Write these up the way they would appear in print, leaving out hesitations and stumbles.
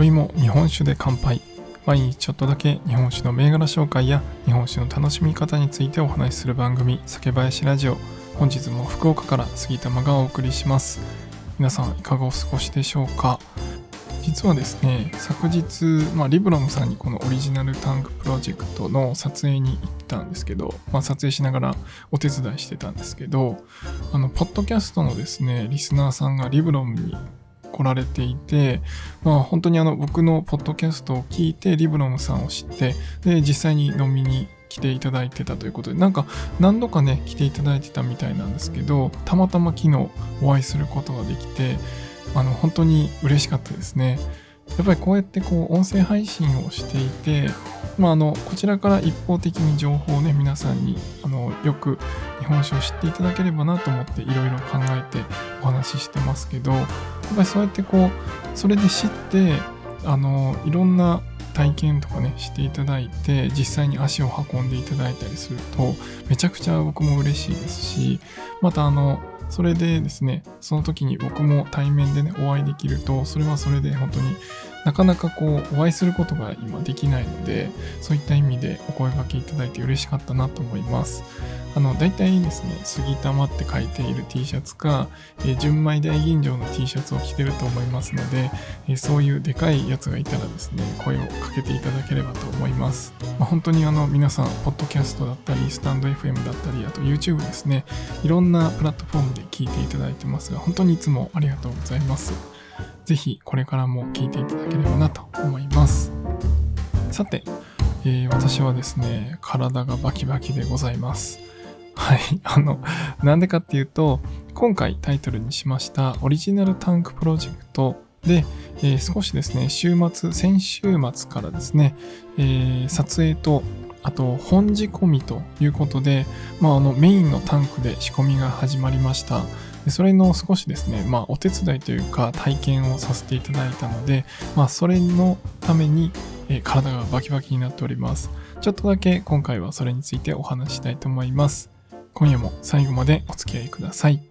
宵も日本酒で乾杯。毎日ちょっとだけ日本酒の銘柄紹介や日本酒の楽しみ方についてお話しする番組、酒林ラジオ。本日も福岡から杉玉がお送りします。皆さんいかがお過ごしでしょうか。実はですね、昨日、リブロムさんにこのオリジナルタンクプロジェクトの撮影に行ったんですけど、撮影しながらお手伝いしてたんですけど、ポッドキャストのですね、リスナーさんがリブロムに来られていて、本当に僕のポッドキャストを聞いてリブロムさんを知って、で、実際に飲みに来ていただいてたということで、何度かね、来ていただいてたみたいなんですけど、たまたま昨日お会いすることができて、本当に嬉しかったですね。やっぱりこうやって音声配信をしていて、こちらから一方的に情報をね、皆さんによく日本酒を知っていただければなと思っていろいろ考えてお話ししてますけど、やっぱりそうやってそれで知っていろんな体験とかねしていただいて、実際に足を運んでいただいたりするとめちゃくちゃ僕も嬉しいですし、またそれでですね、その時に僕も対面でねお会いできると、それはそれで本当になかなかお会いすることが今できないので、そういった意味でお声掛けいただいて嬉しかったなと思います。だいたいですね、杉玉って書いている T シャツか、純米大吟醸の T シャツを着てると思いますので、そういうでかいやつがいたらですね、声をかけていただければと思います。本当に皆さん、ポッドキャストだったり、スタンド FM だったり、あと YouTube ですね、いろんなプラットフォームで聞いていただいてますが、本当にいつもありがとうございます。ぜひこれからも聞いていただければなと思います。さて、私はですね、体がバキバキでございます。はい。なんでかっていうと、今回タイトルにしましたオリジナルタンクプロジェクトで、少しですね、先週末からですね、撮影と、あと本仕込みということで、メインのタンクで仕込みが始まりました。でそれの少しですね、お手伝いというか体験をさせていただいたので、それのために、体がバキバキになっております。ちょっとだけ今回はそれについてお話ししたいと思います。今夜も最後までお付き合いください。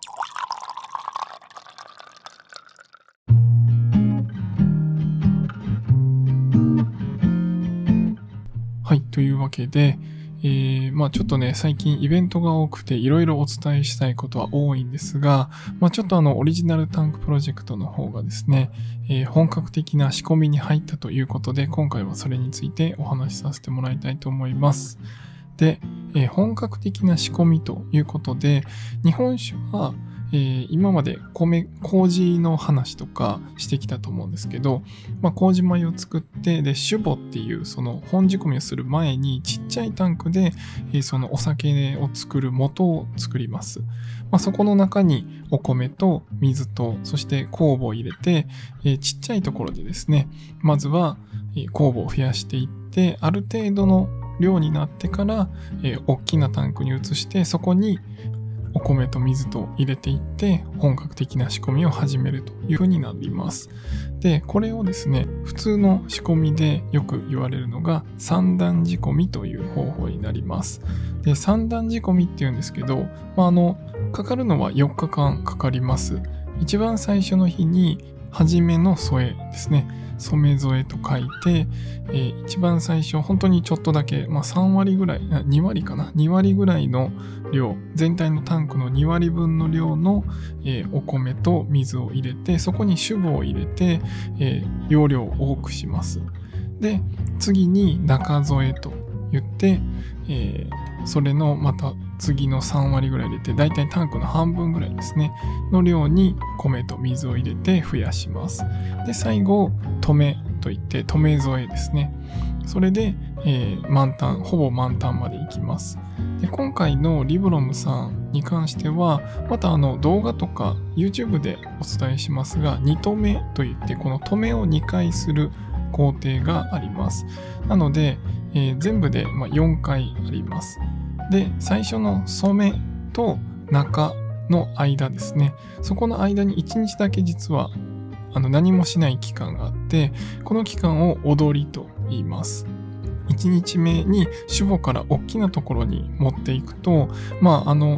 はい、というわけで、ちょっとね、最近イベントが多くていろいろお伝えしたいことは多いんですが、ちょっとオリジナルタンクプロジェクトの方がですね、本格的な仕込みに入ったということで、今回はそれについてお話しさせてもらいたいと思います。で、本格的な仕込みということで、日本酒は、今まで麹の話とかしてきたと思うんですけど、麹米を作って、で、酒母っていうその本仕込みをする前にちっちゃいタンクで、そのお酒を作る元を作ります。そこの中にお米と水と、そして酵母を入れて、ちっちゃいところでですね、まずは酵母を増やしていって、ある程度の量になってから、大きなタンクに移して、そこにお米と水と入れていって本格的な仕込みを始めるという風になります。で、これをですね、普通の仕込みでよく言われるのが三段仕込みという方法になります。で、三段仕込みっていうんですけど、かかるのは4日間かかります。一番最初の日に初めの添えですね。染め添えと書いて、一番最初本当にちょっとだけ、3割ぐらい、2割かな、2割ぐらいの量、全体のタンクの2割分の量の、お米と水を入れて、そこに酒母を入れて、容量を多くします。で、次に中添えと言って、それのまた次の3割ぐらい入れて、だいたいタンクの半分ぐらいですねの量に米と水を入れて増やします。で、最後止めといって止め添えですね。それで、満タン、ほぼ満タンまでいきます。で、今回のリブロムさんに関してはまた動画とか YouTube でお伝えしますが、2止めといってこの止めを2回する工程があります。なので、全部で4回あります。で、最初の染めと中の間ですね。そこの間に1日だけ実は何もしない期間があって、この期間を踊りと言います。1日目に酒母から大きなところに持っていくと、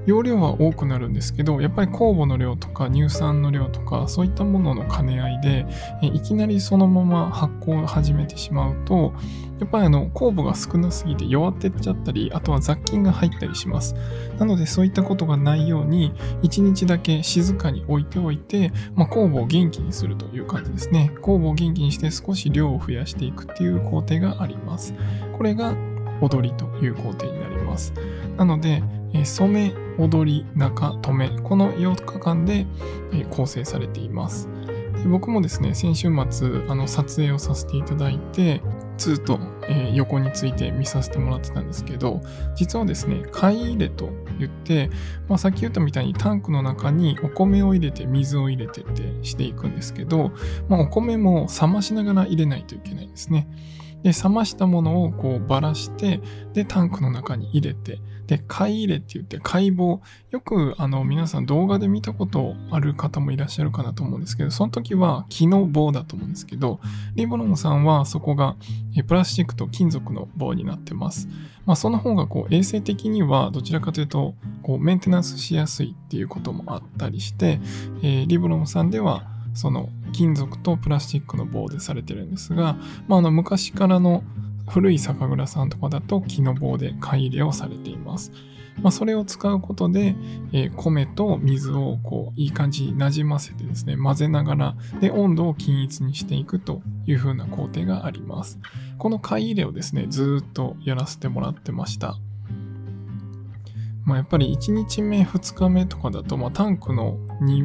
容量は多くなるんですけど、やっぱり酵母の量とか乳酸の量とかそういったものの兼ね合いで、いきなりそのまま発酵を始めてしまうと、やっぱり酵母が少なすぎて弱ってっちゃったり、あとは雑菌が入ったりします。なのでそういったことがないように1日だけ静かに置いておいて、酵母を元気にするという感じですね。酵母を元気にして少し量を増やしていくっていう工程があります。これが踊りという工程になります。なので、染め、踊り、中、留め、この8日間で構成されています。で僕もですね、先週末撮影をさせていただいて、ずっと横について見させてもらってたんですけど、実はですね、貝入れと言って、さっき言ったみたいにタンクの中にお米を入れて水を入れてってしていくんですけど、お米も冷ましながら入れないといけないんですね。で、冷ましたものをこうばらして、で、タンクの中に入れて、で、貝入れって言って貝棒、よく皆さん動画で見たことある方もいらっしゃるかなと思うんですけど、その時は木の棒だと思うんですけど、リボロンさんはそこがプラスチックと金属の棒になってます。その方がこう衛生的にはどちらかというとこうメンテナンスしやすいっていうこともあったりして、リボロンさんではその金属とプラスチックの棒でされてるんですが、昔からの古い酒蔵さんとかだと木の棒で貝入れをされています。それを使うことで、米と水をこういい感じになじませてですね、混ぜながらで温度を均一にしていくという風な工程があります。この貝入れをですね、ずっとやらせてもらってました。やっぱり1日目2日目とかだと、タンクの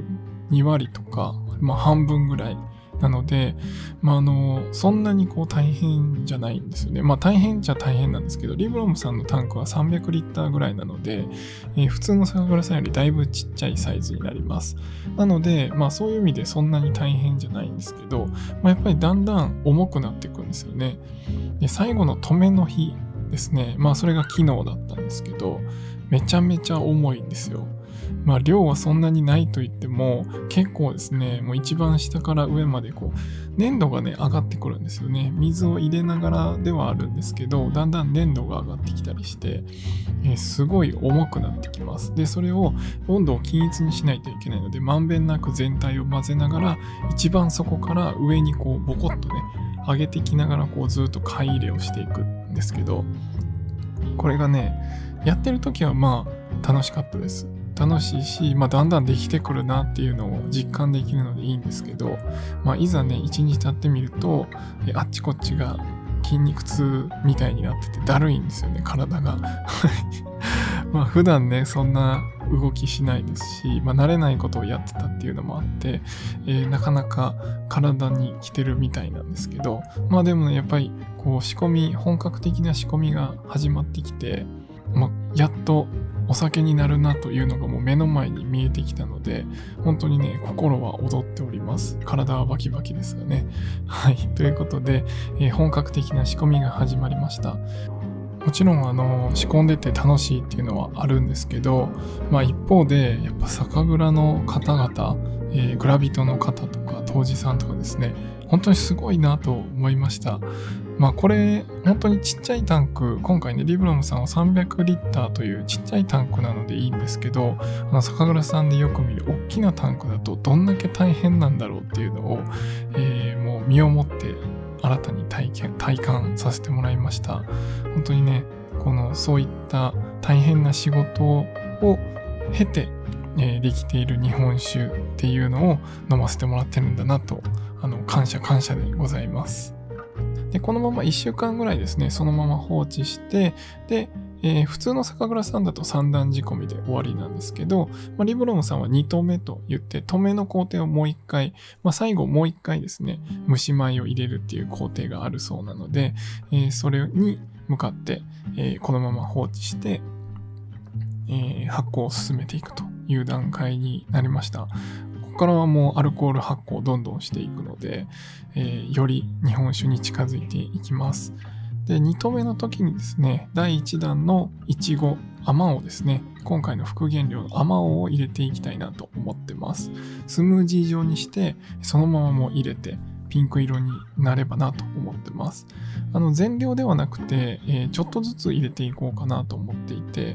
2割とか、半分ぐらいなので、そんなにこう大変じゃないんですよね。大変じゃ大変なんですけど、リブロムさんのタンクは300リッターぐらいなので、普通の酒蔵さんよりだいぶちっちゃいサイズになります。なので、そういう意味でそんなに大変じゃないんですけど、やっぱりだんだん重くなっていくんですよね。で、最後の止めの日ですね。それが昨日だったんですけど、めちゃめちゃ重いんですよ。量はそんなにないと言っても結構ですね、もう一番下から上までこう粘度がね上がってくるんですよね。水を入れながらではあるんですけど、だんだん粘度が上がってきたりして、すごい重くなってきます。で、それを温度を均一にしないといけないので、まんべんなく全体を混ぜながら一番底から上にこうボコッとね上げてきながらこうずっと貝入れをしていくんですけど、これがねやってる時は楽しかったです。楽しいし、だんだんできてくるなっていうのを実感できるのでいいんですけど、いざね、1日経ってみると、あっちこっちが筋肉痛みたいになっててだるいんですよね、体が。普段ね、そんな動きしないですし、慣れないことをやってたっていうのもあって、なかなか体に来てるみたいなんですけど、でもね、やっぱりこう本格的な仕込みが始まってきて、やっとお酒になるなというのがもう目の前に見えてきたので、本当にね、心は踊っております。体はバキバキですがね。はい。ということで、本格的な仕込みが始まりました。もちろん仕込んでて楽しいっていうのはあるんですけど、一方でやっぱ酒蔵の方々、蔵人の方とか杜氏さんとかですね、本当にすごいなと思いました。これ本当にちっちゃいタンク、今回ねリブロムさんは300リッターというちっちゃいタンクなのでいいんですけど、酒蔵さんでよく見る大きなタンクだとどんだけ大変なんだろうっていうのを、もう身をもって新たに体感させてもらいました。本当にね、そういった大変な仕事を経て、できている日本酒っていうのを飲ませてもらってるんだなと、感謝でございます。で、このまま1週間ぐらいですね、そのまま放置して、で、普通の酒蔵さんだと3段仕込みで終わりなんですけど、リブロムさんは2止めと言って、止めの工程をもう1回、最後もう1回ですね、蒸し米を入れるっていう工程があるそうなので、それに向かって、このまま放置して、発酵を進めていくという段階になりました。ここからはもうアルコール発酵をどんどんしていくので、より日本酒に近づいていきます。で、2度目の時にですね、第1弾のいちご、あまおうですね、今回の副原料のあまおうを入れていきたいなと思ってます。スムージー状にして、そのままも入れて、ピンク色になればなと思ってます。全量ではなくて、ちょっとずつ入れていこうかなと思っていて、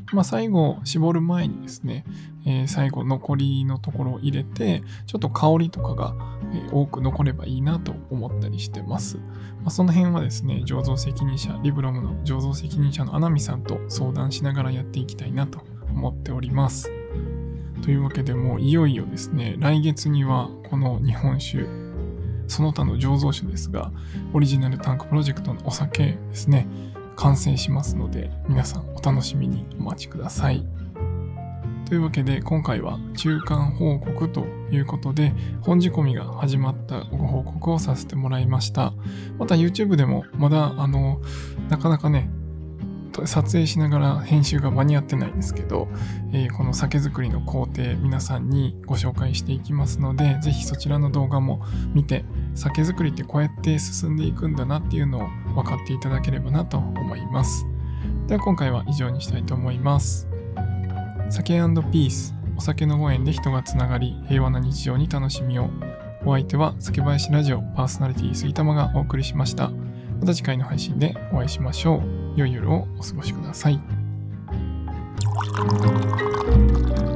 最後絞る前にですね、最後残りのところを入れて、ちょっと香りとかが多く残ればいいなと思ったりしてます。その辺はですね、醸造責任者、リブロムの醸造責任者の穴見さんと相談しながらやっていきたいなと思っております。というわけで、もういよいよですね、来月にはこの日本酒、その他の醸造酒ですが、オリジナルタンクプロジェクトのお酒ですね、完成しますので、皆さんお楽しみにお待ちください。というわけで、今回は中間報告ということで、本仕込みが始まったご報告をさせてもらいました。また YouTube でもまだなかなかね、撮影しながら編集が間に合ってないんですけど、この酒造りの工程皆さんにご紹介していきますので、ぜひそちらの動画も見て、酒造りってこうやって進んでいくんだなっていうのを分かっていただければなと思います。では今回は以上にしたいと思います。酒&ピース、お酒のご縁で人がつながり、平和な日常に楽しみを。お相手は酒林ラジオパーソナリティ杉玉がお送りしました。また次回の配信でお会いしましょう。良い夜をお過ごしください。